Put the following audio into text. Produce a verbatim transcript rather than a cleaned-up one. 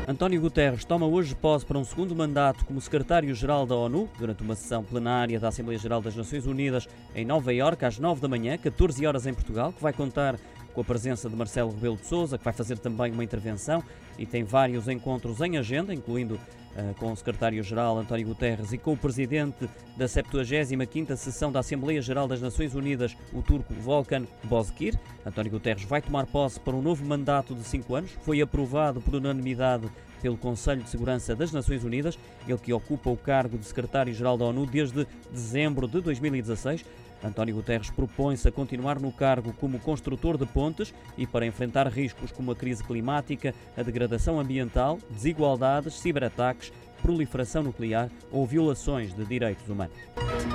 António Guterres toma hoje posse para um segundo mandato como secretário-geral da ONU, durante uma sessão plenária da Assembleia Geral das Nações Unidas em Nova Iorque, às nove da manhã, catorze horas em Portugal, que vai contar com a presença de Marcelo Rebelo de Sousa, que vai fazer também uma intervenção e tem vários encontros em agenda, incluindo uh, com o secretário-geral António Guterres e com o presidente da septuagésima quinta sessão da Assembleia Geral das Nações Unidas, o turco Volkan Bozkir. António Guterres vai tomar posse para um novo mandato de cinco anos. Foi aprovado por unanimidade pelo Conselho de Segurança das Nações Unidas, ele que ocupa o cargo de secretário-geral da ONU desde dezembro de dois mil e dezasseis. António Guterres propõe-se a continuar no cargo como construtor de pontes e para enfrentar riscos como a crise climática, a degradação ambiental, desigualdades, ciberataques, proliferação nuclear ou violações de direitos humanos.